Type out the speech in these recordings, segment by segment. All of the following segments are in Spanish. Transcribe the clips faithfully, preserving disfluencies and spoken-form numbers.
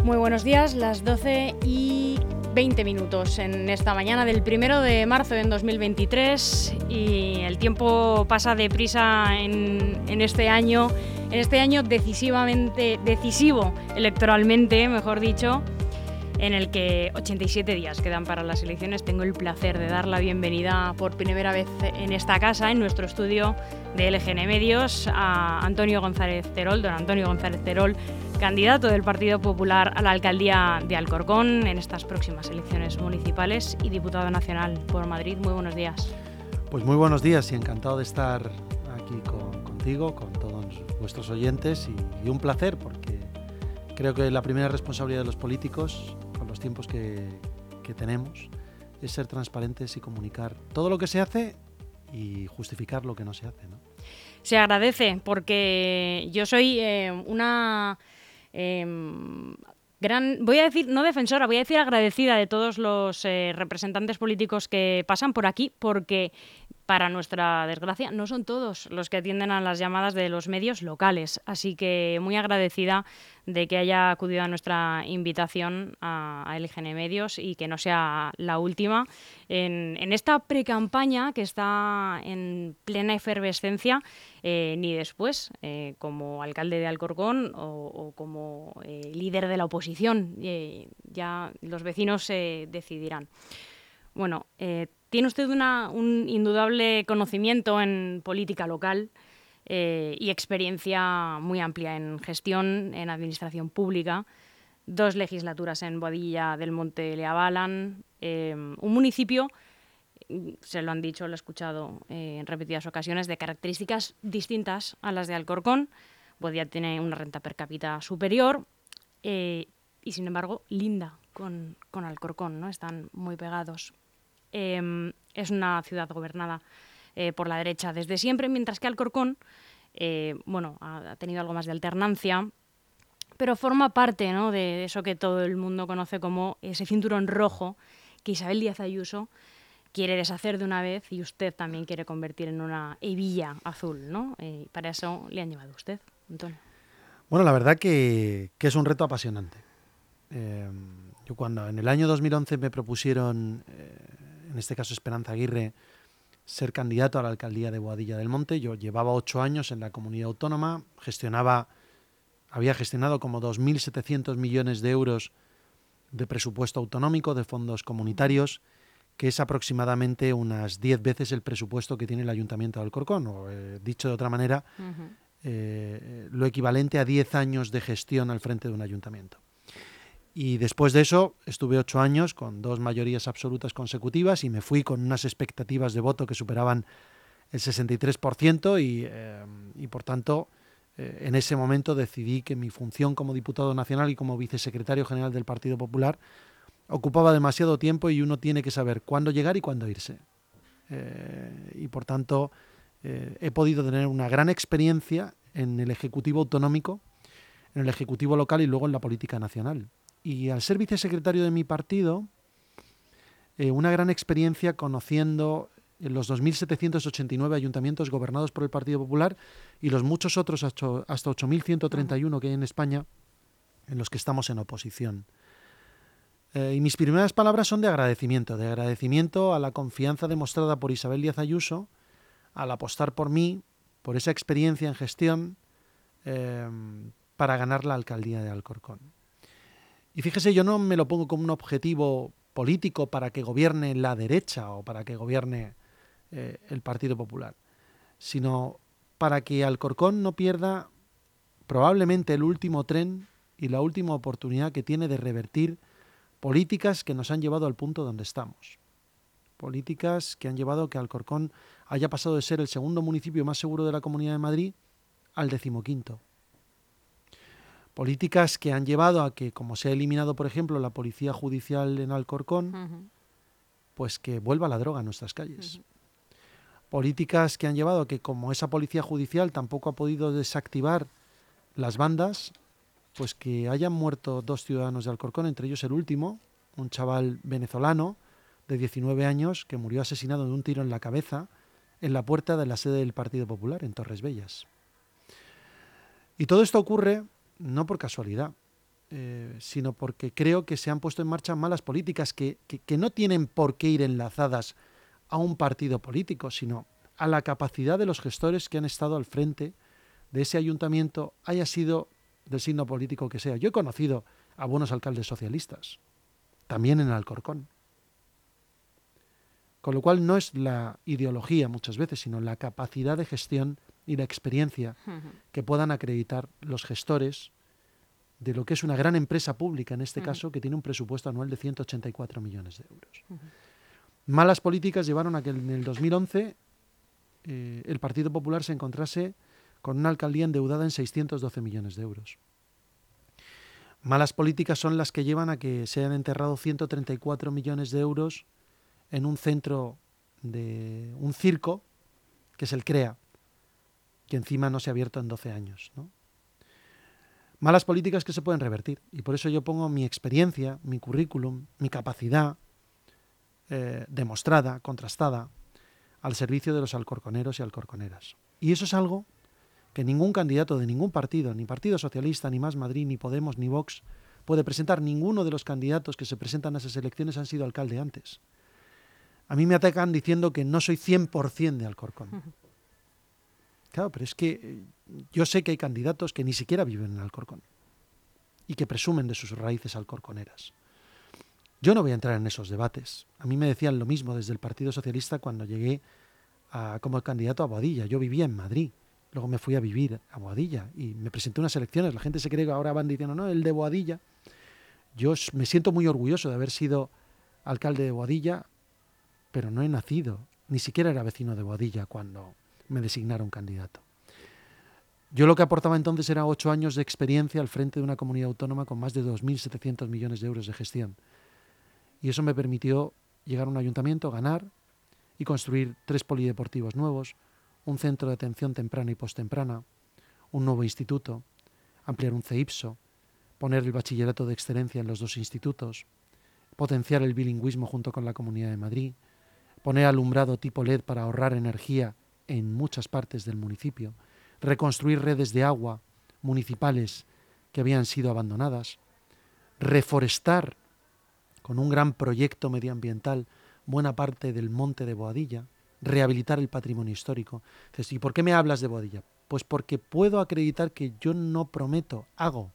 Muy buenos días, las doce y veinte minutos en esta mañana del primero de marzo de dos mil veintitrés, y el tiempo pasa deprisa en, en este año, en este año decisivamente decisivo electoralmente, mejor dicho, en el que ochenta y siete días quedan para las elecciones. Tengo el placer de dar la bienvenida por primera vez en esta casa, en nuestro estudio de L G N Medios, a Antonio González Terol, don Antonio González Terol, candidato del Partido Popular a la alcaldía de Alcorcón en estas próximas elecciones municipales y diputado nacional por Madrid. Muy buenos días. Pues muy buenos días y encantado de estar aquí con, contigo, con todos vuestros oyentes, y, y un placer, porque creo que la primera responsabilidad de los políticos, con los tiempos que, que tenemos, es ser transparentes y comunicar todo lo que se hace y justificar lo que no se hace, ¿no? Se agradece, porque yo soy eh, una eh, gran, voy a decir, no defensora, voy a decir agradecida de todos los eh, representantes políticos que pasan por aquí, porque para nuestra desgracia no son todos los que atienden a las llamadas de los medios locales. Así que muy agradecida de que haya acudido a nuestra invitación a, a L G N Medios, y que no sea la última en, en esta precampaña que está en plena efervescencia, eh, ni después, eh, como alcalde de Alcorcón o, o como eh, líder de la oposición. Eh, ya los vecinos eh, decidirán. Bueno, eh, tiene usted una, un indudable conocimiento en política local eh, y experiencia muy amplia en gestión, en administración pública. Dos legislaturas en Boadilla del Monte le avalan. Eh, un municipio, se lo han dicho, lo he escuchado eh, en repetidas ocasiones, de características distintas a las de Alcorcón. Boadilla tiene una renta per cápita superior eh, y, sin embargo, linda con, con Alcorcón, ¿no? Están muy pegados. Eh, es una ciudad gobernada eh, por la derecha desde siempre, mientras que Alcorcón eh, bueno, ha, ha tenido algo más de alternancia, pero forma parte, ¿no?, de eso que todo el mundo conoce como ese cinturón rojo que Isabel Díaz Ayuso quiere deshacer de una vez, y usted también quiere convertir en una hebilla azul, ¿no? Eh, para eso le han llevado a usted, Antonio. Bueno, la verdad que, que es un reto apasionante. Eh, yo cuando en el año dos mil once me propusieron, eh, en este caso Esperanza Aguirre, ser candidato a la alcaldía de Boadilla del Monte, yo llevaba ocho años en la comunidad autónoma, gestionaba, había gestionado como dos mil setecientos millones de euros de presupuesto autonómico, de fondos comunitarios, que es aproximadamente unas diez veces el presupuesto que tiene el Ayuntamiento de Alcorcón, o eh, dicho de otra manera, uh-huh. eh, lo equivalente a diez años de gestión al frente de un ayuntamiento. Y después de eso estuve ocho años con dos mayorías absolutas consecutivas, y me fui con unas expectativas de voto que superaban el sesenta y tres por ciento, y, eh, y por tanto eh, en ese momento decidí que mi función como diputado nacional y como vicesecretario general del Partido Popular ocupaba demasiado tiempo, y uno tiene que saber cuándo llegar y cuándo irse. Eh, y por tanto eh, he podido tener una gran experiencia en el Ejecutivo autonómico, en el Ejecutivo local y luego en la política nacional. Y al ser vicesecretario de mi partido, eh, una gran experiencia conociendo los dos mil setecientos ochenta y nueve ayuntamientos gobernados por el Partido Popular y los muchos otros hasta ocho mil ciento treinta y uno que hay en España en los que estamos en oposición. Eh, y mis primeras palabras son de agradecimiento, de agradecimiento a la confianza demostrada por Isabel Díaz Ayuso al apostar por mí, por esa experiencia en gestión, eh, para ganar la alcaldía de Alcorcón. Y fíjese, yo no me lo pongo como un objetivo político para que gobierne la derecha o para que gobierne eh, el Partido Popular, sino para que Alcorcón no pierda probablemente el último tren y la última oportunidad que tiene de revertir políticas que nos han llevado al punto donde estamos. Políticas que han llevado a que Alcorcón haya pasado de ser el segundo municipio más seguro de la Comunidad de Madrid al decimoquinto. Políticas que han llevado a que, como se ha eliminado, por ejemplo, la policía judicial en Alcorcón, uh-huh. pues que vuelva la droga a nuestras calles. Uh-huh. Políticas que han llevado a que, como esa policía judicial tampoco ha podido desactivar las bandas, pues que hayan muerto dos ciudadanos de Alcorcón, entre ellos el último, un chaval venezolano de diecinueve años que murió asesinado de un tiro en la cabeza en la puerta de la sede del Partido Popular, en Torres Bellas. Y todo esto ocurre no por casualidad. eh, sino porque creo que se han puesto en marcha malas políticas que, que, que no tienen por qué ir enlazadas a un partido político, sino a la capacidad de los gestores que han estado al frente de ese ayuntamiento, haya sido del signo político que sea. Yo he conocido a buenos alcaldes socialistas, también en Alcorcón. Con lo cual no es la ideología muchas veces, sino la capacidad de gestión y la experiencia uh-huh. que puedan acreditar los gestores de lo que es una gran empresa pública, en este uh-huh. caso, que tiene un presupuesto anual de ciento ochenta y cuatro millones de euros. Uh-huh. Malas políticas llevaron a que en el dos mil once eh, el Partido Popular se encontrase con una alcaldía endeudada en seiscientos doce millones de euros. Malas políticas son las que llevan a que se hayan enterrado ciento treinta y cuatro millones de euros en un centro de un circo, que es el CREA, que encima no se ha abierto en doce años, ¿no? Malas políticas que se pueden revertir, y por eso yo pongo mi experiencia, mi currículum, mi capacidad eh, demostrada, contrastada, al servicio de los alcorconeros y alcorconeras. Y eso es algo que ningún candidato de ningún partido, ni Partido Socialista, ni Más Madrid, ni Podemos, ni Vox, puede presentar. Ninguno de los candidatos que se presentan a esas elecciones han sido alcalde antes. A mí me atacan diciendo que no soy cien por ciento de Alcorcón. Uh-huh. Claro, pero es que yo sé que hay candidatos que ni siquiera viven en Alcorcón y que presumen de sus raíces alcorconeras. Yo no voy a entrar en esos debates. A mí me decían lo mismo desde el Partido Socialista cuando llegué a, como candidato a Boadilla. Yo vivía en Madrid, luego me fui a vivir a Boadilla y me presenté unas elecciones. La gente se cree que ahora van diciendo, no, el de Boadilla. Yo me siento muy orgulloso de haber sido alcalde de Boadilla, pero no he nacido, ni siquiera era vecino de Boadilla cuando me designaron candidato. Yo lo que aportaba entonces era ocho años de experiencia al frente de una comunidad autónoma con más de dos mil setecientos millones de euros de gestión. Y eso me permitió llegar a un ayuntamiento, ganar y construir tres polideportivos nuevos, un centro de atención temprana y postemprana, un nuevo instituto, ampliar un CEIPSO, poner el bachillerato de excelencia en los dos institutos, potenciar el bilingüismo junto con la Comunidad de Madrid, poner alumbrado tipo L E D para ahorrar energía en muchas partes del municipio, reconstruir redes de agua municipales que habían sido abandonadas, reforestar con un gran proyecto medioambiental buena parte del monte de Boadilla, rehabilitar el patrimonio histórico. Entonces, ¿y por qué me hablas de Boadilla? Pues porque puedo acreditar que yo no prometo, hago.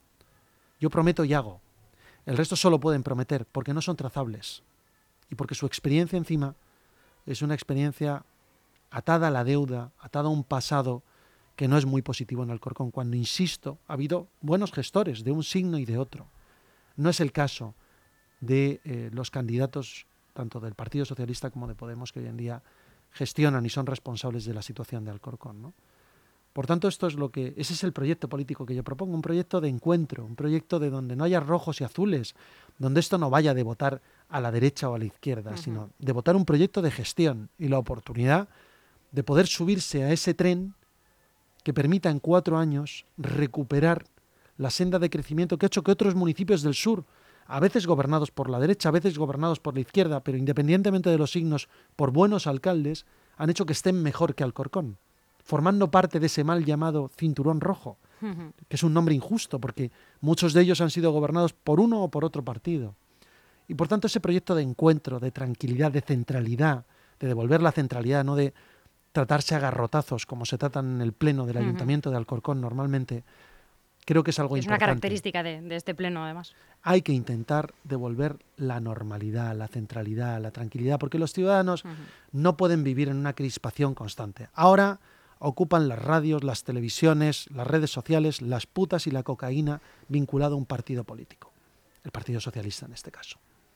Yo prometo y hago. El resto solo pueden prometer porque no son trazables y porque su experiencia encima es una experiencia atada a la deuda, atada a un pasado que no es muy positivo en Alcorcón, cuando, insisto, ha habido buenos gestores de un signo y de otro. No es el caso de eh, los candidatos tanto del Partido Socialista como de Podemos que hoy en día gestionan y son responsables de la situación de Alcorcón, ¿no? Por tanto, esto es lo que, ese es el proyecto político que yo propongo, un proyecto de encuentro, un proyecto de donde no haya rojos y azules, donde esto no vaya de votar a la derecha o a la izquierda, uh-huh. sino de votar un proyecto de gestión y la oportunidad de poder subirse a ese tren que permita en cuatro años recuperar la senda de crecimiento que ha hecho que otros municipios del sur, a veces gobernados por la derecha, a veces gobernados por la izquierda, pero independientemente de los signos, por buenos alcaldes, han hecho que estén mejor que Alcorcón, formando parte de ese mal llamado cinturón rojo, uh-huh. que es un nombre injusto, porque muchos de ellos han sido gobernados por uno o por otro partido. Y por tanto ese proyecto de encuentro, de tranquilidad, de centralidad, de devolver la centralidad, no de tratarse a garrotazos como se tratan en el pleno del uh-huh. Ayuntamiento de Alcorcón normalmente, creo que es algo es importante. Es una característica de, de este pleno, además. Hay que intentar devolver la normalidad, la centralidad, la tranquilidad, porque los ciudadanos uh-huh. no pueden vivir en una crispación constante. Ahora ocupan las radios, las televisiones, las redes sociales, las putas y la cocaína vinculado a un partido político, el Partido Socialista en este caso.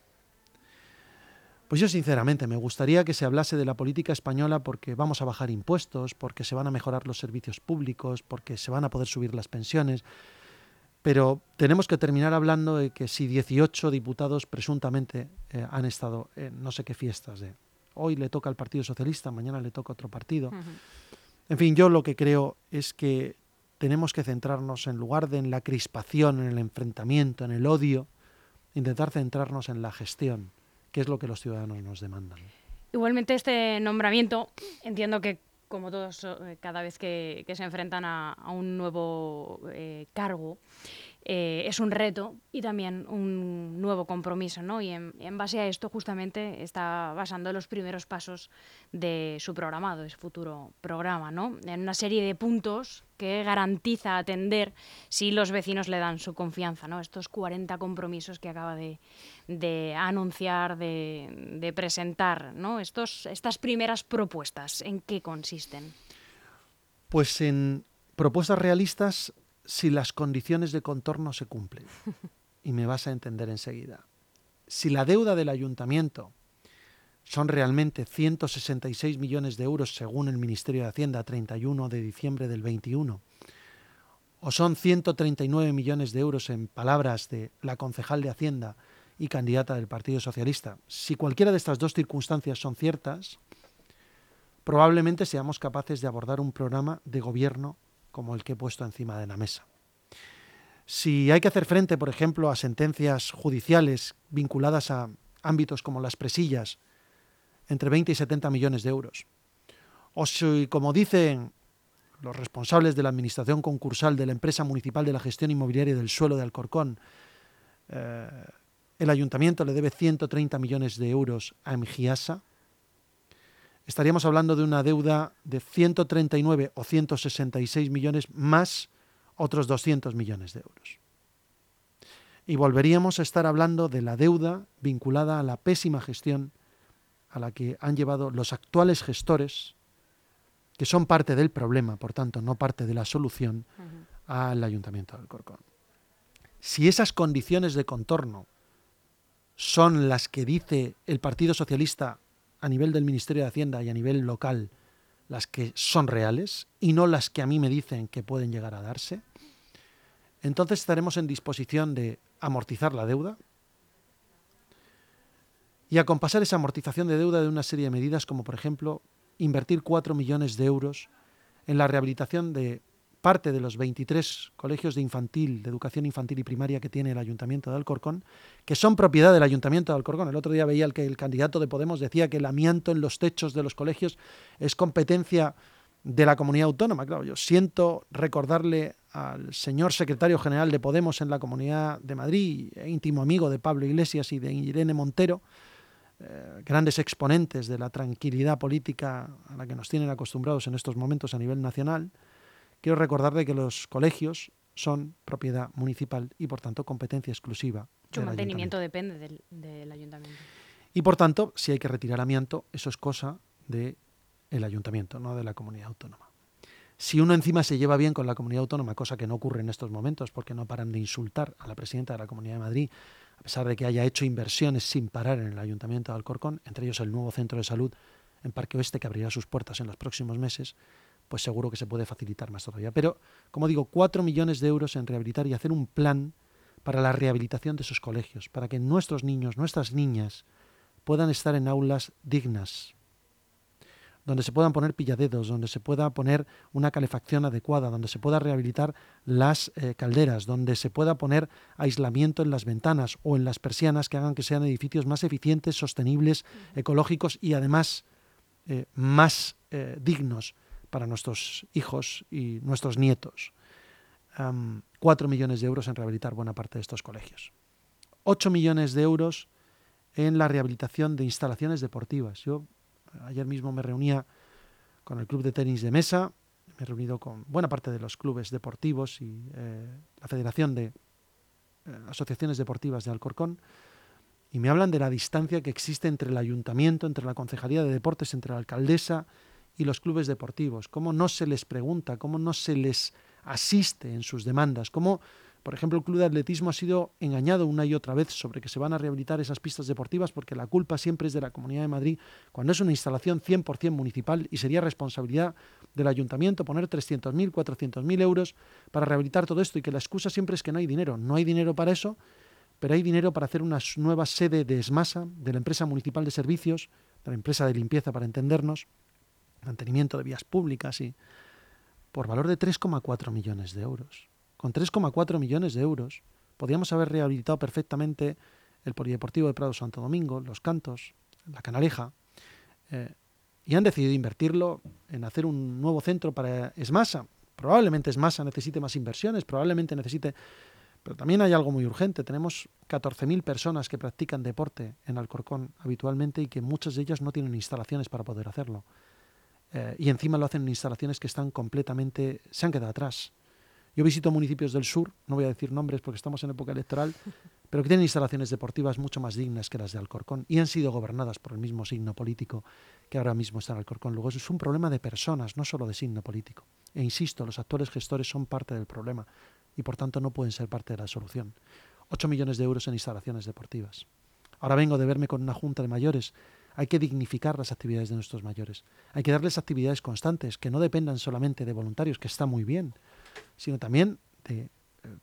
Pues yo sinceramente me gustaría que se hablase de la política española porque vamos a bajar impuestos, porque se van a mejorar los servicios públicos, porque se van a poder subir las pensiones, pero tenemos que terminar hablando de que si dieciocho diputados presuntamente eh, han estado en no sé qué fiestas de hoy le toca al Partido Socialista, mañana le toca a otro partido. Uh-huh. En fin, yo lo que creo es que tenemos que centrarnos, en lugar de en la crispación, en el enfrentamiento, en el odio, intentar centrarnos en la gestión, que es lo que los ciudadanos nos demandan. Igualmente este nombramiento, entiendo que como todos, cada vez que, que se enfrentan a, a un nuevo eh, cargo, eh, es un reto y también un nuevo compromiso, ¿no? Y en, en base a esto justamente está basando los primeros pasos de su programado, de su futuro programa, ¿no? En una serie de puntos que garantiza atender si los vecinos le dan su confianza, ¿no? Estos cuarenta compromisos que acaba de, de anunciar, de, de presentar, ¿no? Estos, estas primeras propuestas, ¿en qué consisten? Pues en propuestas realistas si las condiciones de contorno se cumplen. Y me vas a entender enseguida. Si la deuda del ayuntamiento son realmente ciento sesenta y seis millones de euros según el Ministerio de Hacienda a treinta y uno de diciembre del veintiuno, o son ciento treinta y nueve millones de euros en palabras de la concejal de Hacienda y candidata del Partido Socialista, si cualquiera de estas dos circunstancias son ciertas, probablemente seamos capaces de abordar un programa de gobierno como el que he puesto encima de la mesa. Si hay que hacer frente, por ejemplo, a sentencias judiciales vinculadas a ámbitos como las presillas, entre veinte y setenta millones de euros, o si, como dicen los responsables de la administración concursal de la empresa municipal de la gestión inmobiliaria del suelo de Alcorcón, eh, el ayuntamiento le debe ciento treinta millones de euros a Emgiasa, estaríamos hablando de una deuda de ciento treinta y nueve o ciento sesenta y seis millones más otros doscientos millones de euros. Y volveríamos a estar hablando de la deuda vinculada a la pésima gestión a la que han llevado los actuales gestores, que son parte del problema, por tanto, no parte de la solución, uh-huh. al Ayuntamiento de Alcorcón. Si esas condiciones de contorno son las que dice el Partido Socialista a nivel del Ministerio de Hacienda y a nivel local, las que son reales, y no las que a mí me dicen que pueden llegar a darse, entonces estaremos en disposición de amortizar la deuda y acompasar esa amortización de deuda de una serie de medidas como, por ejemplo, invertir cuatro millones de euros en la rehabilitación de parte de los veintitrés colegios de infantil, de educación infantil y primaria que tiene el Ayuntamiento de Alcorcón, que son propiedad del Ayuntamiento de Alcorcón. El otro día veía el que el candidato de Podemos decía que el amianto en los techos de los colegios es competencia de la comunidad autónoma. Claro, yo siento recordarle al señor secretario general de Podemos en la Comunidad de Madrid, íntimo amigo de Pablo Iglesias y de Irene Montero, eh, grandes exponentes de la tranquilidad política a la que nos tienen acostumbrados en estos momentos a nivel nacional. Quiero recordarle que los colegios son propiedad municipal y, por tanto, competencia exclusiva Su del mantenimiento ayuntamiento. depende del, del ayuntamiento. Y, por tanto, si hay que retirar amianto, eso es cosa del ayuntamiento, no de la comunidad autónoma. Si uno encima se lleva bien con la comunidad autónoma, cosa que no ocurre en estos momentos porque no paran de insultar a la presidenta de la Comunidad de Madrid, a pesar de que haya hecho inversiones sin parar en el Ayuntamiento de Alcorcón, entre ellos el nuevo centro de salud en Parque Oeste que abrirá sus puertas en los próximos meses, pues seguro que se puede facilitar más todavía. Pero, como digo, cuatro millones de euros en rehabilitar y hacer un plan para la rehabilitación de esos colegios, para que nuestros niños, nuestras niñas, puedan estar en aulas dignas, donde se puedan poner pilladedos, donde se pueda poner una calefacción adecuada, donde se pueda rehabilitar las eh, calderas, donde se pueda poner aislamiento en las ventanas o en las persianas que hagan que sean edificios más eficientes, sostenibles, ecológicos y además eh, más eh, dignos para nuestros hijos y nuestros nietos. Um, cuatro millones de euros en rehabilitar buena parte de estos colegios. Ocho millones de euros en la rehabilitación de instalaciones deportivas. Yo ayer mismo me reunía con el club de tenis de mesa, me he reunido con buena parte de los clubes deportivos y eh, la Federación de eh, Asociaciones Deportivas de Alcorcón, y me hablan de la distancia que existe entre el ayuntamiento, entre la Concejalía de Deportes, entre la alcaldesa y los clubes deportivos, cómo no se les pregunta, cómo no se les asiste en sus demandas, cómo, por ejemplo, el Club de Atletismo ha sido engañado una y otra vez sobre que se van a rehabilitar esas pistas deportivas porque la culpa siempre es de la Comunidad de Madrid, cuando es una instalación cien por ciento municipal y sería responsabilidad del ayuntamiento poner trescientos mil, cuatrocientos mil euros para rehabilitar todo esto, y que la excusa siempre es que no hay dinero. No hay dinero para eso, pero hay dinero para hacer una nueva sede de ESMASA, de la empresa municipal de servicios, de la empresa de limpieza para entendernos, mantenimiento de vías públicas, y por valor de tres coma cuatro millones de euros. Con tres coma cuatro millones de euros podríamos haber rehabilitado perfectamente el Polideportivo de Prado Santo Domingo, Los Cantos, La Canaleja, eh, y han decidido invertirlo en hacer un nuevo centro para ESMASA. Probablemente ESMASA necesite más inversiones, probablemente necesite Pero también hay algo muy urgente. Tenemos catorce mil personas que practican deporte en Alcorcón habitualmente y que muchas de ellas no tienen instalaciones para poder hacerlo. Eh, y encima lo hacen en instalaciones que están completamente... se han quedado atrás. Yo visito municipios del sur, no voy a decir nombres porque estamos en época electoral, pero que tienen instalaciones deportivas mucho más dignas que las de Alcorcón y han sido gobernadas por el mismo signo político que ahora mismo está en Alcorcón. Luego eso es un problema de personas, no solo de signo político. E insisto, los actuales gestores son parte del problema y por tanto no pueden ser parte de la solución. ocho millones de euros en instalaciones deportivas. Ahora vengo de verme con una junta de mayores. Hay que dignificar las actividades de nuestros mayores. Hay que darles actividades constantes, que no dependan solamente de voluntarios, que está muy bien, sino también de eh,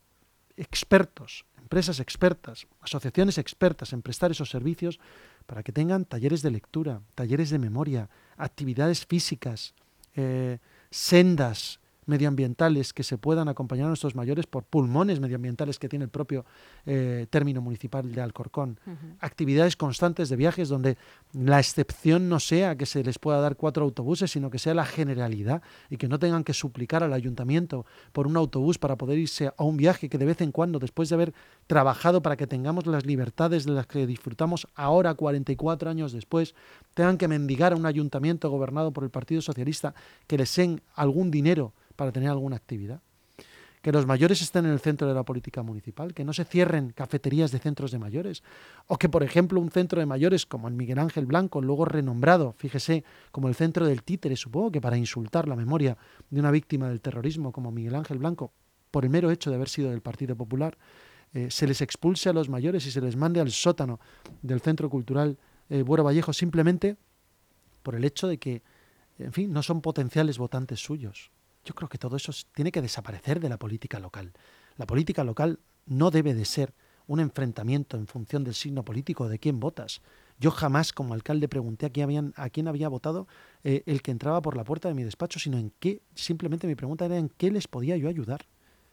expertos, empresas expertas, asociaciones expertas en prestar esos servicios para que tengan talleres de lectura, talleres de memoria, actividades físicas, eh, sendas medioambientales que se puedan acompañar a nuestros mayores por pulmones medioambientales que tiene el propio eh, término municipal de Alcorcón. Uh-huh. Actividades constantes de viajes donde la excepción no sea que se les pueda dar cuatro autobuses, sino que sea la generalidad y que no tengan que suplicar al ayuntamiento por un autobús para poder irse a un viaje, que de vez en cuando, después de haber trabajado para que tengamos las libertades de las que disfrutamos ahora, cuarenta y cuatro años después, tengan que mendigar a un ayuntamiento gobernado por el Partido Socialista que les den algún dinero para tener alguna actividad. Que los mayores estén en el centro de la política municipal, que no se cierren cafeterías de centros de mayores, o que, por ejemplo, un centro de mayores como el Miguel Ángel Blanco, luego renombrado, fíjese, como el centro del Títere, supongo que para insultar la memoria de una víctima del terrorismo como Miguel Ángel Blanco, por el mero hecho de haber sido del Partido Popular, eh, se les expulse a los mayores y se les mande al sótano del Centro Cultural eh, Buero Vallejo simplemente por el hecho de que, en fin, no son potenciales votantes suyos. Yo creo que todo eso tiene que desaparecer de la política local. La política local no debe de ser un enfrentamiento en función del signo político de quién votas. Yo jamás como alcalde pregunté a quién, habían, a quién había votado eh, el que entraba por la puerta de mi despacho, sino en qué, simplemente mi pregunta era en qué les podía yo ayudar.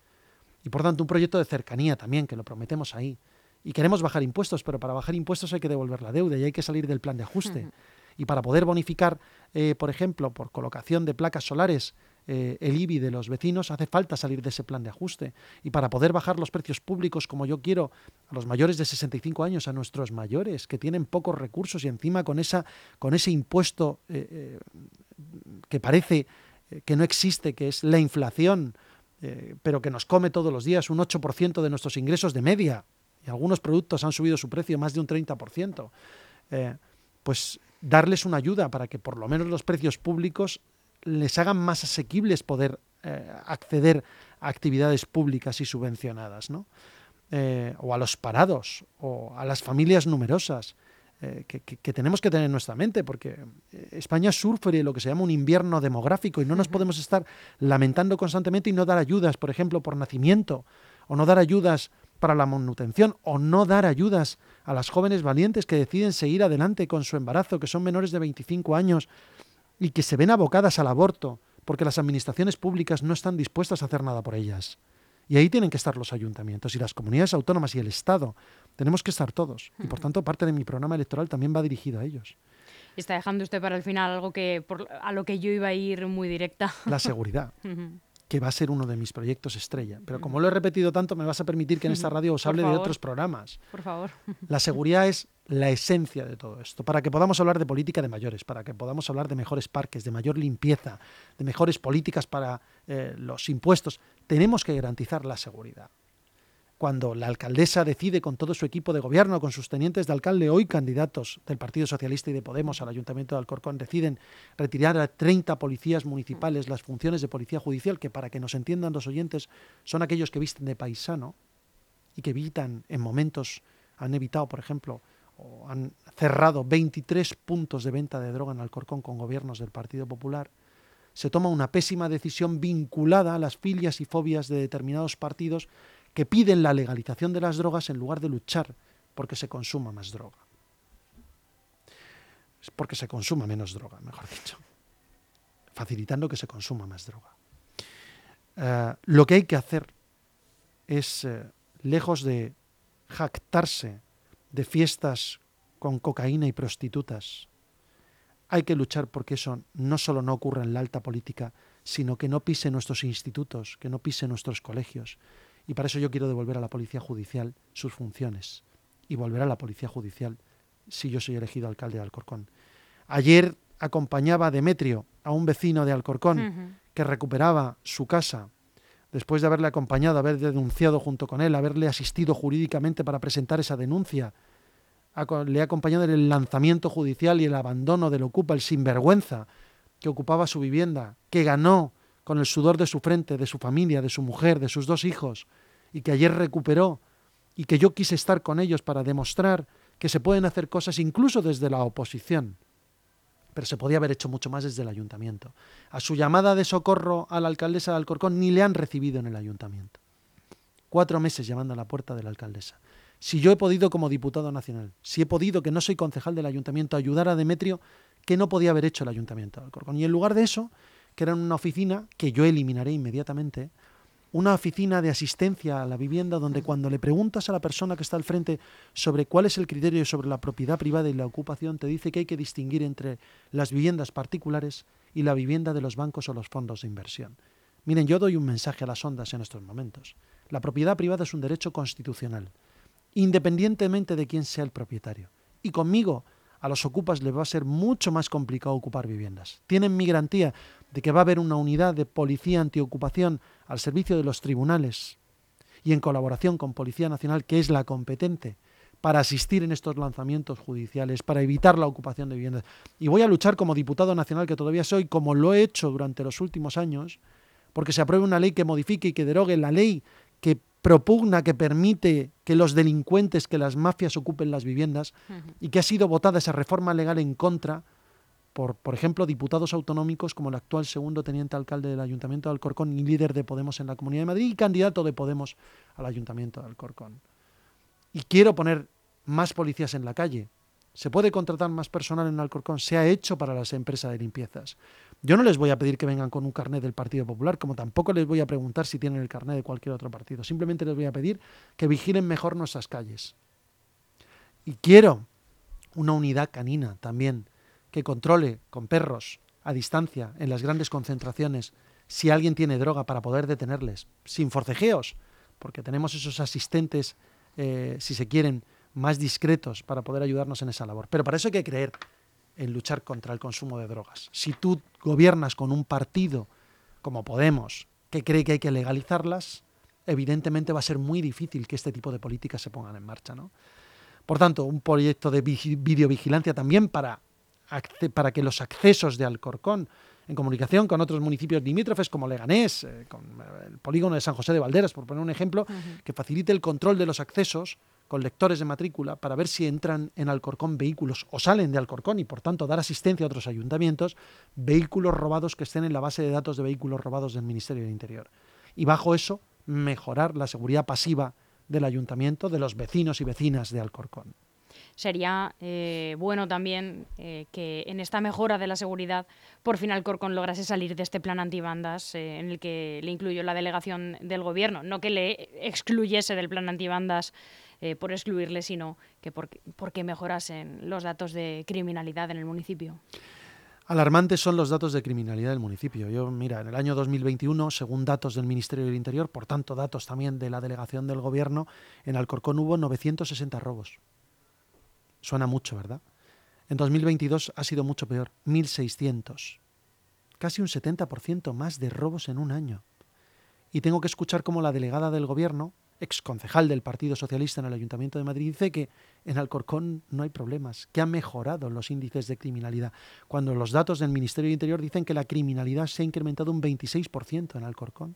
Y por tanto un proyecto de cercanía también, que lo prometemos ahí. Y queremos bajar impuestos, pero para bajar impuestos hay que devolver la deuda y hay que salir del plan de ajuste. Uh-huh. Y para poder bonificar, eh, por ejemplo, por colocación de placas solares, Eh, el I B I de los vecinos, hace falta salir de ese plan de ajuste. Y para poder bajar los precios públicos como yo quiero a los mayores de sesenta y cinco años, a nuestros mayores que tienen pocos recursos y encima con, esa, con ese impuesto eh, eh, que parece eh, que no existe, que es la inflación, eh, pero que nos come todos los días un ocho por ciento de nuestros ingresos de media, y algunos productos han subido su precio más de un treinta por ciento, eh, pues darles una ayuda para que por lo menos los precios públicos les hagan más asequibles poder eh, acceder a actividades públicas y subvencionadas, ¿no? Eh, o a los parados, o a las familias numerosas, eh, que, que, que tenemos que tener en nuestra mente, porque España sufre lo que se llama un invierno demográfico y no nos podemos estar lamentando constantemente y no dar ayudas, por ejemplo, por nacimiento, o no dar ayudas para la manutención, o no dar ayudas a las jóvenes valientes que deciden seguir adelante con su embarazo, que son menores de veinticinco años, y que se ven abocadas al aborto porque las administraciones públicas no están dispuestas a hacer nada por ellas. Y ahí tienen que estar los ayuntamientos y las comunidades autónomas y el Estado. Tenemos que estar todos. Y por tanto, parte de mi programa electoral también va dirigido a ellos. Está dejando usted para el final algo que por, a lo que yo iba a ir muy directa. La seguridad, que va a ser uno de mis proyectos estrella. Pero como lo he repetido tanto, me vas a permitir que en esta radio os hable de otros programas. Por favor. La seguridad es la esencia de todo esto, para que podamos hablar de política de mayores, para que podamos hablar de mejores parques, de mayor limpieza, de mejores políticas para eh, los impuestos, tenemos que garantizar la seguridad. Cuando la alcaldesa decide con todo su equipo de gobierno, con sus tenientes de alcalde, hoy candidatos del Partido Socialista y de Podemos al Ayuntamiento de Alcorcón, deciden retirar a treinta policías municipales las funciones de policía judicial, que para que nos entiendan los oyentes son aquellos que visten de paisano y que evitan en momentos, han evitado, por ejemplo, o han cerrado veintitrés puntos de venta de droga en Alcorcón con gobiernos del Partido Popular, se toma una pésima decisión vinculada a las filias y fobias de determinados partidos que piden la legalización de las drogas en lugar de luchar porque se consuma más droga. Porque se consuma menos droga, mejor dicho. Facilitando que se consuma más droga. Uh, lo que hay que hacer es, uh, lejos de jactarse de fiestas con cocaína y prostitutas, hay que luchar porque eso no solo no ocurra en la alta política, sino que no pise nuestros institutos, que no pise nuestros colegios Y para eso yo quiero devolver a la Policía Judicial sus funciones. Y volver a la Policía Judicial si yo soy elegido alcalde de Alcorcón. Ayer acompañaba a Demetrio, a un vecino de Alcorcón, uh-huh. que recuperaba su casa después de haberle acompañado, haber denunciado junto con él, haberle asistido jurídicamente para presentar esa denuncia. Le he acompañado en el lanzamiento judicial y el abandono del ocupa, el sinvergüenza que ocupaba su vivienda, que ganó con el sudor de su frente, de su familia, de su mujer, de sus dos hijos, y que ayer recuperó, y que yo quise estar con ellos para demostrar que se pueden hacer cosas incluso desde la oposición, pero se podía haber hecho mucho más desde el ayuntamiento. A su llamada de socorro a la alcaldesa de Alcorcón ni le han recibido en el ayuntamiento. Cuatro meses llamando a la puerta de la alcaldesa. Si yo he podido como diputado nacional, si he podido, que no soy concejal del ayuntamiento, ayudar a Demetrio, que no podía haber hecho el ayuntamiento de Alcorcón. Y en lugar de eso, que era una oficina, que yo eliminaré inmediatamente, una oficina de asistencia a la vivienda donde cuando le preguntas a la persona que está al frente sobre cuál es el criterio sobre la propiedad privada y la ocupación, te dice que hay que distinguir entre las viviendas particulares y la vivienda de los bancos o los fondos de inversión. Miren, yo doy un mensaje a las ondas en estos momentos. La propiedad privada es un derecho constitucional, independientemente de quién sea el propietario. Y conmigo, a los ocupas les va a ser mucho más complicado ocupar viviendas. Tienen mi garantía de que va a haber una unidad de policía antiocupación al servicio de los tribunales y en colaboración con Policía Nacional, que es la competente para asistir en estos lanzamientos judiciales, para evitar la ocupación de viviendas. Y voy a luchar como diputado nacional, que todavía soy, como lo he hecho durante los últimos años, porque se apruebe una ley que modifique y que derogue la ley que propugna, que permite que los delincuentes, que las mafias ocupen las viviendas, uh-huh. y que ha sido votada esa reforma legal en contra por, por ejemplo, diputados autonómicos como el actual segundo teniente alcalde del Ayuntamiento de Alcorcón y líder de Podemos en la Comunidad de Madrid y candidato de Podemos al Ayuntamiento de Alcorcón. Y quiero poner más policías en la calle. Se puede contratar más personal en Alcorcón. Se ha hecho para las empresas de limpiezas. Yo no les voy a pedir que vengan con un carnet del Partido Popular, como tampoco les voy a preguntar si tienen el carnet de cualquier otro partido. Simplemente les voy a pedir que vigilen mejor nuestras calles. Y quiero una unidad canina también, que controle con perros a distancia en las grandes concentraciones si alguien tiene droga para poder detenerles, sin forcejeos, porque tenemos esos asistentes, eh, si se quieren, más discretos para poder ayudarnos en esa labor. Pero para eso hay que creer en luchar contra el consumo de drogas. Si tú gobiernas con un partido como Podemos, que cree que hay que legalizarlas, evidentemente va a ser muy difícil que este tipo de políticas se pongan en marcha, ¿no? Por tanto, un proyecto de videovigilancia también para, para que los accesos de Alcorcón, en comunicación con otros municipios limítrofes como Leganés, eh, con el polígono de San José de Valderas, por poner un ejemplo, uh-huh. que facilite el control de los accesos con lectores de matrícula para ver si entran en Alcorcón vehículos o salen de Alcorcón y, por tanto, dar asistencia a otros ayuntamientos, vehículos robados que estén en la base de datos de vehículos robados del Ministerio del Interior. Y bajo eso, mejorar la seguridad pasiva del ayuntamiento, de los vecinos y vecinas de Alcorcón. Sería eh, bueno también eh, que en esta mejora de la seguridad por fin Alcorcón lograse salir de este plan antibandas eh, en el que le incluyó la delegación del gobierno. No que le excluyese del plan antibandas eh, por excluirle, sino que porque, porque mejorasen los datos de criminalidad en el municipio. Alarmantes son los datos de criminalidad del municipio. Yo, mira, en el año dos mil veintiuno, según datos del Ministerio del Interior, por tanto datos también de la delegación del gobierno, en Alcorcón hubo novecientos sesenta robos. Suena mucho, ¿verdad? En dos mil veintidós ha sido mucho peor, mil seiscientos. Casi un setenta por ciento más de robos en un año. Y tengo que escuchar cómo la delegada del gobierno, exconcejal del Partido Socialista en el Ayuntamiento de Madrid, dice que en Alcorcón no hay problemas, que han mejorado los índices de criminalidad, cuando los datos del Ministerio del Interior dicen que la criminalidad se ha incrementado un veintiséis por ciento en Alcorcón.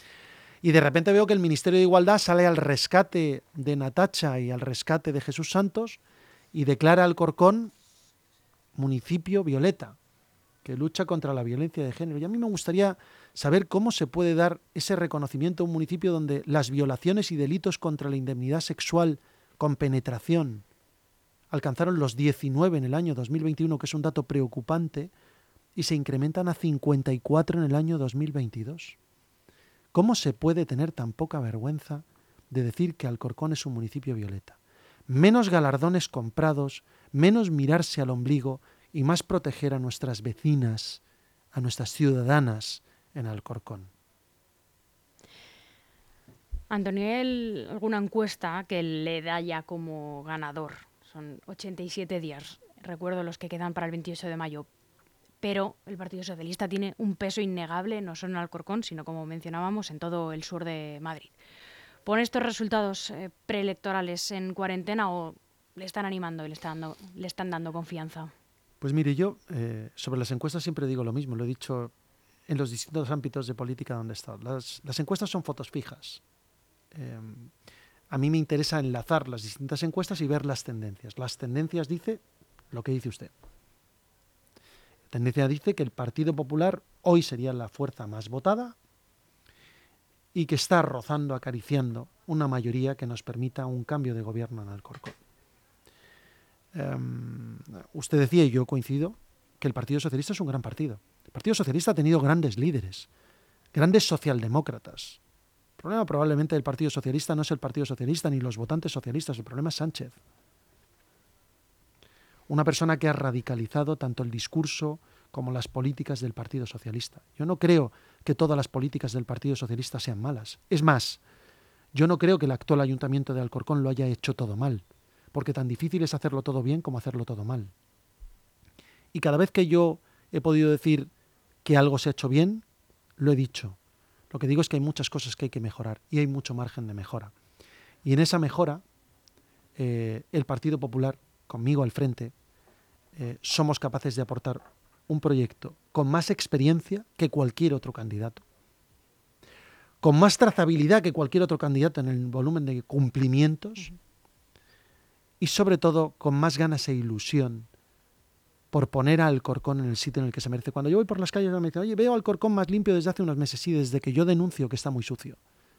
Y de repente veo que el Ministerio de Igualdad sale al rescate de Natacha y al rescate de Jesús Santos y declara Alcorcón municipio violeta, que lucha contra la violencia de género. Y a mí me gustaría saber cómo se puede dar ese reconocimiento a un municipio donde las violaciones y delitos contra la indemnidad sexual con penetración alcanzaron los diecinueve en el año dos mil veintiuno, que es un dato preocupante, y se incrementan a cincuenta y cuatro en el año dos mil veintidós. ¿Cómo se puede tener tan poca vergüenza de decir que Alcorcón es un municipio violeta? Menos galardones comprados, menos mirarse al ombligo y más proteger a nuestras vecinas, a nuestras ciudadanas en Alcorcón. Antonio, ¿hay alguna encuesta que le da ya como ganador? Son ochenta y siete días, recuerdo los que quedan para el veintiocho de mayo. Pero el Partido Socialista tiene un peso innegable, no solo en Alcorcón, sino, como mencionábamos, en todo el sur de Madrid. ¿Pone estos resultados eh, preelectorales en cuarentena o le están animando y le están dando, le están dando confianza? Pues mire, yo eh, sobre las encuestas siempre digo lo mismo, lo he dicho en los distintos ámbitos de política donde he estado. Las, las encuestas son fotos fijas. Eh, a mí me interesa enlazar las distintas encuestas y ver las tendencias. Las tendencias dice lo que dice usted. La tendencia dice que el Partido Popular hoy sería la fuerza más votada y que está rozando, acariciando una mayoría que nos permita un cambio de gobierno en Alcorcón. Um, usted decía, y yo coincido, que el Partido Socialista es un gran partido. El Partido Socialista ha tenido grandes líderes, grandes socialdemócratas. El problema probablemente del Partido Socialista no es el Partido Socialista ni los votantes socialistas, el problema es Sánchez. Una persona que ha radicalizado tanto el discurso como las políticas del Partido Socialista. Yo no creo que todas las políticas del Partido Socialista sean malas. Es más, yo no creo que el actual Ayuntamiento de Alcorcón lo haya hecho todo mal, porque tan difícil es hacerlo todo bien como hacerlo todo mal. Y cada vez que yo he podido decir que algo se ha hecho bien, lo he dicho. Lo que digo es que hay muchas cosas que hay que mejorar y hay mucho margen de mejora. Y en esa mejora, eh, el Partido Popular, conmigo al frente, eh, somos capaces de aportar un proyecto con más experiencia que cualquier otro candidato, con más trazabilidad que cualquier otro candidato en el volumen de cumplimientos uh-huh. y sobre todo con más ganas e ilusión por poner a Alcorcón en el sitio en el que se merece. Cuando yo voy por las calles me dicen, oye, veo a Alcorcón más limpio desde hace unos meses, sí, desde que yo denuncio que está muy sucio.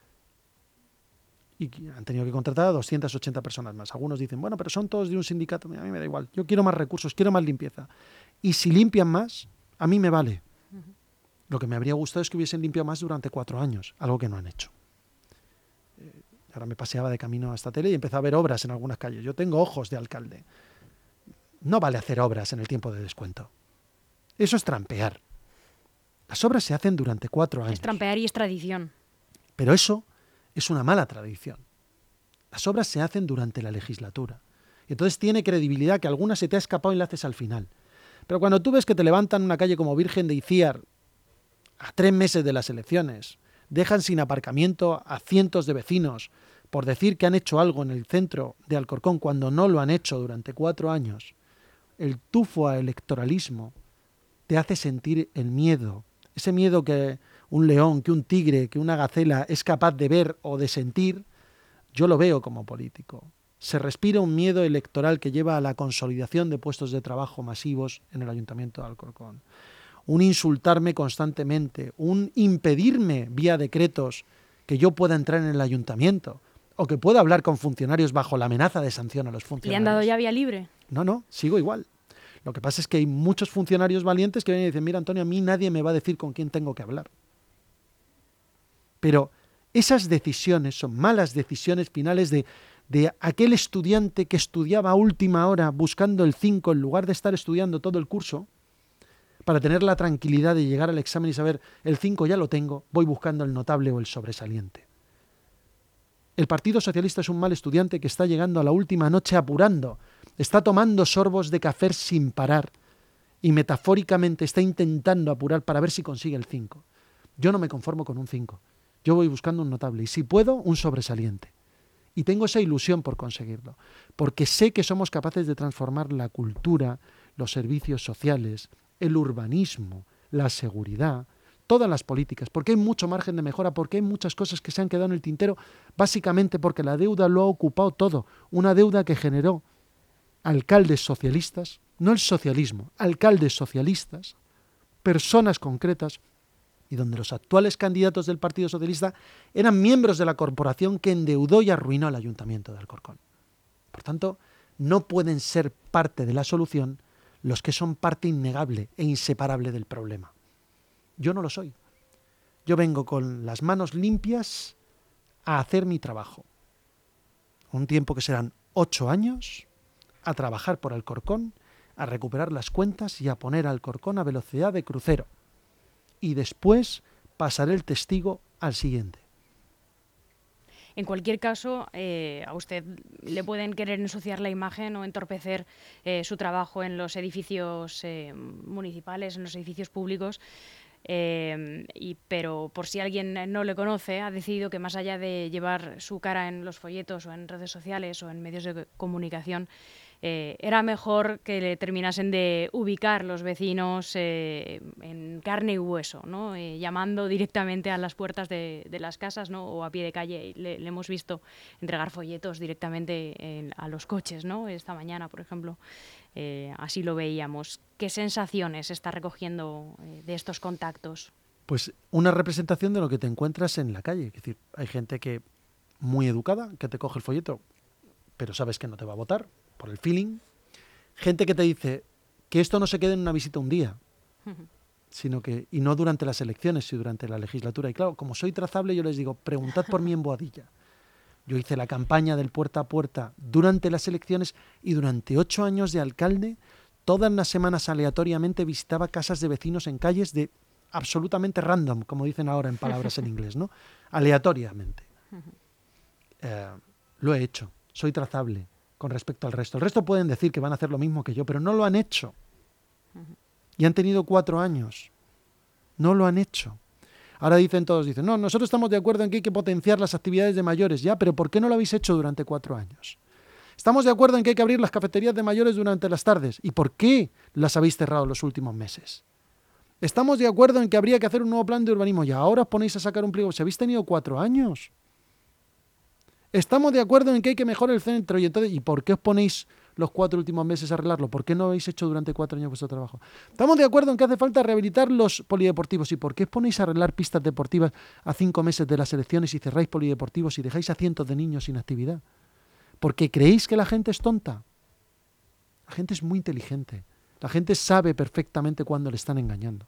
Y han tenido que contratar a doscientas ochenta personas más. Algunos dicen, bueno, pero son todos de un sindicato. A mí me da igual. Yo quiero más recursos, quiero más limpieza. Y si limpian más, a mí me vale. Uh-huh. Lo que me habría gustado es que hubiesen limpiado más durante cuatro años, algo que no han hecho. Eh, ahora me paseaba de camino a esta tele y empecé a ver obras en algunas calles. Yo tengo ojos de alcalde. No vale hacer obras en el tiempo de descuento. Eso es trampear. Las obras se hacen durante cuatro años. Es trampear y es tradición. Pero eso es una mala tradición. Las obras se hacen durante la legislatura. Y entonces tiene credibilidad que alguna se te ha escapado y la haces al final. Pero cuando tú ves que te levantan una calle como Virgen de Iciar a tres meses de las elecciones, dejan sin aparcamiento a cientos de vecinos por decir que han hecho algo en el centro de Alcorcón cuando no lo han hecho durante cuatro años, el tufo a electoralismo te hace sentir el miedo, ese miedo que un león, que un tigre, que una gacela es capaz de ver o de sentir. Yo lo veo como político. Se respira un miedo electoral que lleva a la consolidación de puestos de trabajo masivos en el Ayuntamiento de Alcorcón. Un insultarme constantemente, un impedirme vía decretos que yo pueda entrar en el Ayuntamiento o que pueda hablar con funcionarios bajo la amenaza de sanción a los funcionarios. ¿Le han dado ya vía libre? No, no, sigo igual. Lo que pasa es que hay muchos funcionarios valientes que vienen y dicen, mira, Antonio, a mí nadie me va a decir con quién tengo que hablar. Pero esas decisiones son malas decisiones finales de, de aquel estudiante que estudiaba a última hora buscando el cinco en lugar de estar estudiando todo el curso para tener la tranquilidad de llegar al examen y saber el cinco ya lo tengo, voy buscando el notable o el sobresaliente. El Partido Socialista es un mal estudiante que está llegando a la última noche apurando, está tomando sorbos de café sin parar y metafóricamente está intentando apurar para ver si consigue el cinco. Yo no me conformo con un cinco. Yo voy buscando un notable y si puedo, un sobresaliente. Y tengo esa ilusión por conseguirlo, porque sé que somos capaces de transformar la cultura, los servicios sociales, el urbanismo, la seguridad, todas las políticas, porque hay mucho margen de mejora, porque hay muchas cosas que se han quedado en el tintero, básicamente porque la deuda lo ha ocupado todo, una deuda que generó alcaldes socialistas, no el socialismo, alcaldes socialistas, personas concretas, y donde los actuales candidatos del Partido Socialista eran miembros de la corporación que endeudó y arruinó al Ayuntamiento de Alcorcón. Por tanto, no pueden ser parte de la solución los que son parte innegable e inseparable del problema. Yo no lo soy. Yo vengo con las manos limpias a hacer mi trabajo. Un tiempo que serán ocho años, a trabajar por Alcorcón, a recuperar las cuentas y a poner a Alcorcón a velocidad de crucero. Y después pasaré el testigo al siguiente. En cualquier caso, eh, a usted le pueden querer ensuciar la imagen o entorpecer eh, su trabajo en los edificios eh, municipales, en los edificios públicos. Eh, y, pero por si alguien no le conoce, ha decidido que más allá de llevar su cara en los folletos o en redes sociales o en medios de comunicación, eh, era mejor que le terminasen de ubicar los vecinos eh, en carne y hueso, ¿no? Eh, llamando directamente a las puertas de, de las casas, ¿no? O a pie de calle. Le, le hemos visto entregar folletos directamente en, a los coches, ¿no? Esta mañana, por ejemplo. Eh, así lo veíamos. ¿Qué sensaciones está recogiendo eh, de estos contactos? Pues una representación de lo que te encuentras en la calle. Es decir, hay gente que muy educada, que te coge el folleto, pero sabes que no te va a votar, por el feeling. Gente que te dice que esto no se quede en una visita un día, uh-huh. sino que, y no durante las elecciones, sino durante la legislatura. Y claro, como soy trazable, yo les digo, preguntad por mí en Boadilla. Yo hice la campaña del puerta a puerta durante las elecciones y durante ocho años de alcalde, todas las semanas aleatoriamente visitaba casas de vecinos en calles de absolutamente random, como dicen ahora en palabras en inglés, ¿no? Aleatoriamente. Eh, lo he hecho, soy trazable con respecto al resto. El resto pueden decir que van a hacer lo mismo que yo, pero no lo han hecho. Y han tenido cuatro años. No lo han hecho. Ahora dicen todos, dicen, no, nosotros estamos de acuerdo en que hay que potenciar las actividades de mayores, ya, pero ¿por qué no lo habéis hecho durante cuatro años? Estamos de acuerdo en que hay que abrir las cafeterías de mayores durante las tardes. ¿Y por qué las habéis cerrado los últimos meses? Estamos de acuerdo en que habría que hacer un nuevo plan de urbanismo y ahora os ponéis a sacar un pliego. Si habéis tenido cuatro años. Estamos de acuerdo en que hay que mejorar el centro y entonces, ¿y por qué os ponéis los cuatro últimos meses a arreglarlo? ¿Por qué no habéis hecho durante cuatro años vuestro trabajo? Estamos de acuerdo en que hace falta rehabilitar los polideportivos. ¿Y por qué os ponéis a arreglar pistas deportivas a cinco meses de las elecciones y cerráis polideportivos y dejáis a cientos de niños sin actividad? ¿Porque creéis que la gente es tonta? La gente es muy inteligente. La gente sabe perfectamente cuándo le están engañando.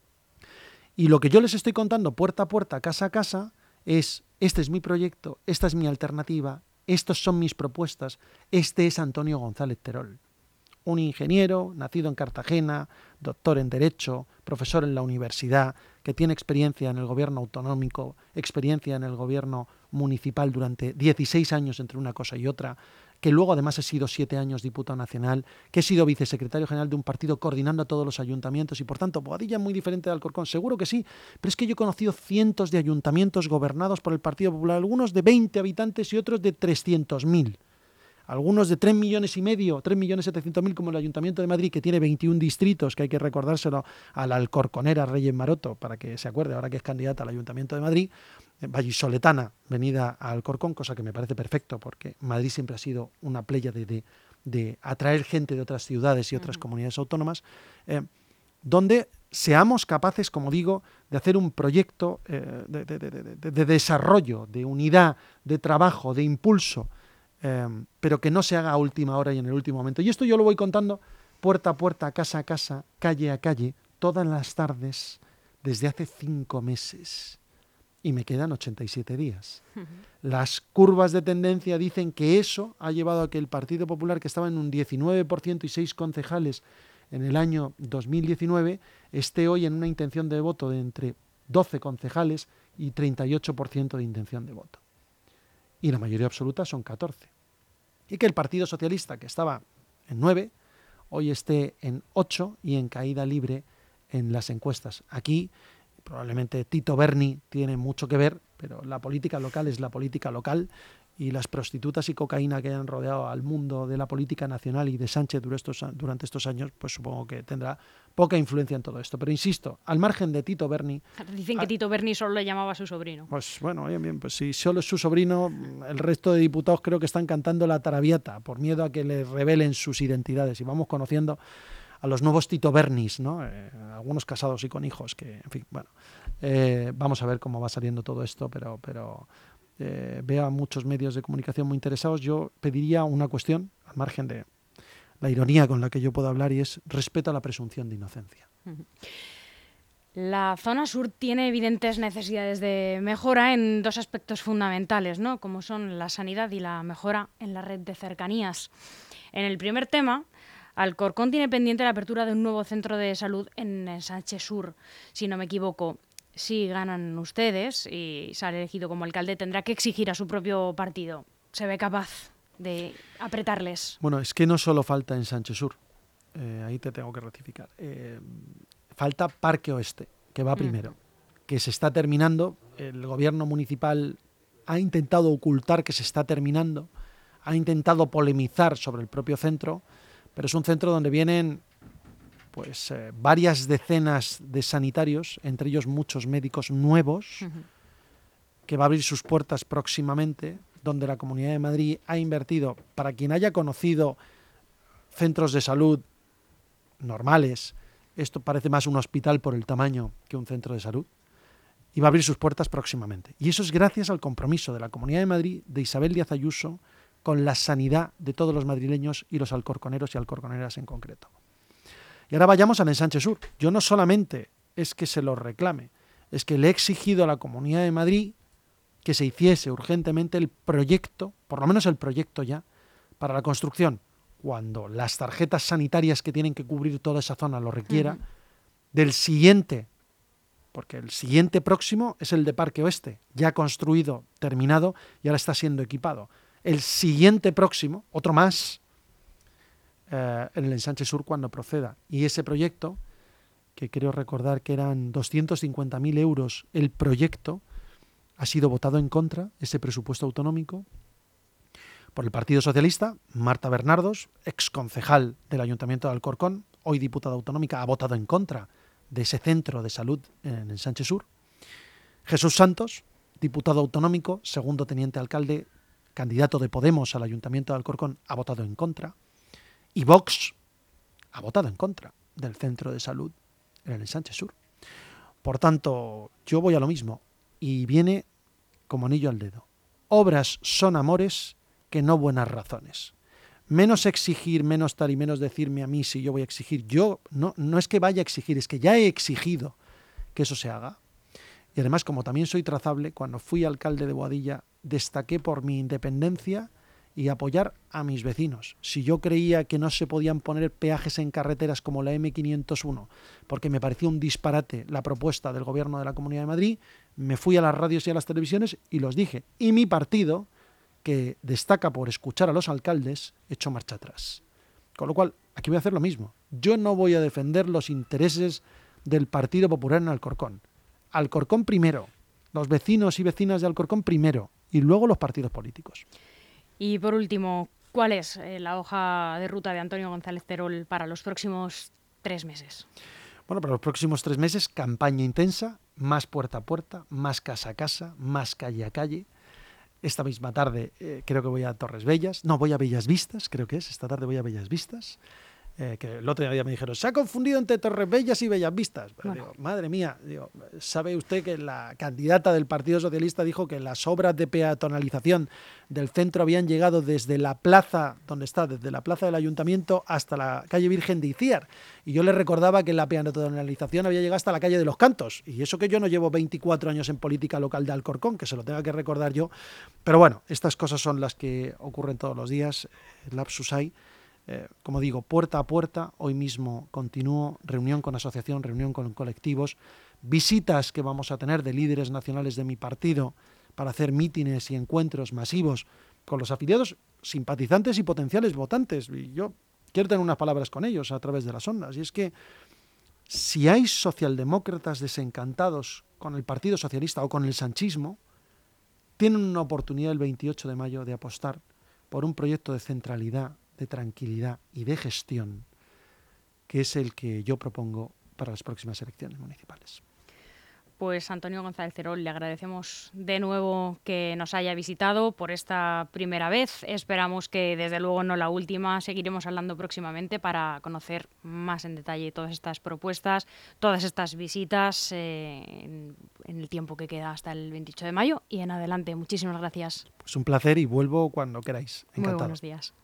Y lo que yo les estoy contando puerta a puerta, casa a casa, es, este es mi proyecto, esta es mi alternativa, estas son mis propuestas, este es Antonio González Terol. Un ingeniero, nacido en Cartagena, doctor en Derecho, profesor en la universidad, que tiene experiencia en el gobierno autonómico, experiencia en el gobierno municipal durante dieciséis años entre una cosa y otra, que luego además he sido siete años diputado nacional, que he sido vicesecretario general de un partido coordinando a todos los ayuntamientos y por tanto Boadilla es muy diferente de Alcorcón, seguro que sí, pero es que yo he conocido cientos de ayuntamientos gobernados por el Partido Popular, algunos de veinte habitantes y otros de trescientos mil. Algunos de tres millones y medio, tres millones setecientos mil como el Ayuntamiento de Madrid, que tiene veintiún distritos, que hay que recordárselo a la alcorconera Reyes Maroto, para que se acuerde, ahora que es candidata al Ayuntamiento de Madrid, vallisoletana, venida a Alcorcón, cosa que me parece perfecto, porque Madrid siempre ha sido una playa de, de, de atraer gente de otras ciudades y otras uh-huh. comunidades autónomas, eh, donde seamos capaces, como digo, de hacer un proyecto eh, de, de, de, de, de desarrollo, de unidad, de trabajo, de impulso, Eh, pero que no se haga a última hora y en el último momento. Y esto yo lo voy contando puerta a puerta, casa a casa, calle a calle, todas las tardes, desde hace cinco meses. Y me quedan ochenta y siete días. Uh-huh. Las curvas de tendencia dicen que eso ha llevado a que el Partido Popular, que estaba en un diecinueve por ciento y seis concejales en el año dos mil diecinueve, esté hoy en una intención de voto de entre doce concejales y treinta y ocho por ciento de intención de voto. Y la mayoría absoluta son catorce. Y que el Partido Socialista, que estaba en nueve, hoy esté en ocho y en caída libre en las encuestas. Aquí probablemente Tito Berni tiene mucho que ver, pero la política local es la política local y las prostitutas y cocaína que hayan rodeado al mundo de la política nacional y de Sánchez durante estos, durante estos años, pues supongo que tendrá poca influencia en todo esto. Pero insisto, al margen de Tito Berni... Dicen que a, Tito Berni solo le llamaba a su sobrino. Pues bueno, bien, bien, pues si solo es su sobrino, el resto de diputados creo que están cantando la Traviata por miedo a que les revelen sus identidades. Y vamos conociendo a los nuevos Tito Bernis, ¿no? Eh, algunos casados y con hijos, que, en fin, bueno, eh, vamos a ver cómo va saliendo todo esto, pero... pero Eh, veo a muchos medios de comunicación muy interesados. Yo pediría una cuestión, al margen de la ironía con la que yo puedo hablar, y es respeto a la presunción de inocencia. La zona sur tiene evidentes necesidades de mejora en dos aspectos fundamentales, ¿no? Como son la sanidad y la mejora en la red de cercanías. En el primer tema, Alcorcón tiene pendiente la apertura de un nuevo centro de salud en Sánchez Sur, si no me equivoco. si ganan ustedes y sale elegido como alcalde, tendrá que exigir a su propio partido. ¿Se ve capaz de apretarles? Bueno, es que no solo falta en Sánchez Sur, eh, ahí te tengo que rectificar. Eh, falta Parque Oeste, que va primero, mm. que se está terminando. El gobierno municipal ha intentado ocultar que se está terminando, ha intentado polemizar sobre el propio centro, pero es un centro donde vienen pues eh, varias decenas de sanitarios, entre ellos muchos médicos nuevos, uh-huh. que va a abrir sus puertas próximamente, donde la Comunidad de Madrid ha invertido, para quien haya conocido centros de salud normales, esto parece más un hospital por el tamaño que un centro de salud, y va a abrir sus puertas próximamente. Y eso es gracias al compromiso de la Comunidad de Madrid, de Isabel Díaz Ayuso, con la sanidad de todos los madrileños y los alcorconeros y alcorconeras en concreto. Y ahora vayamos al ensanche sur. Yo no solamente es que se lo reclame, es que le he exigido a la Comunidad de Madrid que se hiciese urgentemente el proyecto, por lo menos el proyecto ya, para la construcción, cuando las tarjetas sanitarias que tienen que cubrir toda esa zona lo requiera, uh-huh. del siguiente, porque el siguiente próximo es el de Parque Oeste, ya construido, terminado, y ahora está siendo equipado. El siguiente próximo, otro más, eh, en el ensanche sur cuando proceda. Y ese proyecto, que creo recordar que eran doscientos cincuenta mil euros el proyecto, ha sido votado en contra, ese presupuesto autonómico, por el Partido Socialista. Marta Bernardos, exconcejal del Ayuntamiento de Alcorcón, hoy diputada autonómica, ha votado en contra de ese centro de salud en el Sánchez Sur. Jesús Santos, diputado autonómico, segundo teniente alcalde, candidato de Podemos al Ayuntamiento de Alcorcón, ha votado en contra. Y Vox ha votado en contra del centro de salud en el Sánchez Sur. Por tanto, yo voy a lo mismo. Y viene como anillo al dedo. Obras son amores que no buenas razones. Menos exigir, menos tal y menos decirme a mí si yo voy a exigir. Yo no, no es que vaya a exigir, es que ya he exigido que eso se haga. Y además, como también soy trazable, cuando fui alcalde de Boadilla, destaqué por mi independencia y apoyar a mis vecinos. Si yo creía que no se podían poner peajes en carreteras como la eme quinientos uno, porque me parecía un disparate la propuesta del Gobierno de la Comunidad de Madrid, me fui a las radios y a las televisiones y los dije. Y mi partido, que destaca por escuchar a los alcaldes, echó marcha atrás. Con lo cual, aquí voy a hacer lo mismo. Yo no voy a defender los intereses del Partido Popular en Alcorcón. Alcorcón primero, los vecinos y vecinas de Alcorcón primero, y luego los partidos políticos. Y por último, ¿cuál es eh, la hoja de ruta de Antonio González Terol para los próximos tres meses? Bueno, para los próximos tres meses, campaña intensa, más puerta a puerta, más casa a casa, más calle a calle. Esta misma tarde eh, creo que voy a Torres Bellas, no, voy a Bellas Vistas, creo que es, esta tarde voy a Bellas Vistas. Eh, que el otro día me dijeron, se ha confundido entre Torres Bellas y Bellas Vistas. Pero bueno. Digo, madre mía, digo, ¿sabe usted que la candidata del Partido Socialista dijo que las obras de peatonalización del centro habían llegado desde la plaza, donde está, desde la plaza del Ayuntamiento hasta la calle Virgen de Iciar? Y yo le recordaba que la peatonalización había llegado hasta la calle de los Cantos. Y eso que yo no llevo veinticuatro años en política local de Alcorcón, que se lo tenga que recordar yo. Pero bueno, estas cosas son las que ocurren todos los días. Lapsus hay. Eh, como digo, puerta a puerta, hoy mismo continúo, reunión con asociación, reunión con colectivos, visitas que vamos a tener de líderes nacionales de mi partido para hacer mítines y encuentros masivos con los afiliados, simpatizantes y potenciales votantes. Y yo quiero tener unas palabras con ellos a través de las ondas. Y es que si hay socialdemócratas desencantados con el Partido Socialista o con el sanchismo, tienen una oportunidad el veintiocho de mayo de apostar por un proyecto de centralidad, de tranquilidad y de gestión, que es el que yo propongo para las próximas elecciones municipales. Pues Antonio González Terol, le agradecemos de nuevo que nos haya visitado por esta primera vez. Esperamos que desde luego no la última. Seguiremos hablando próximamente para conocer más en detalle todas estas propuestas, todas estas visitas eh, en, en el tiempo que queda hasta el veintiocho de mayo y en adelante. Muchísimas gracias. Pues un placer y vuelvo cuando queráis. Encantado. Muy buenos días.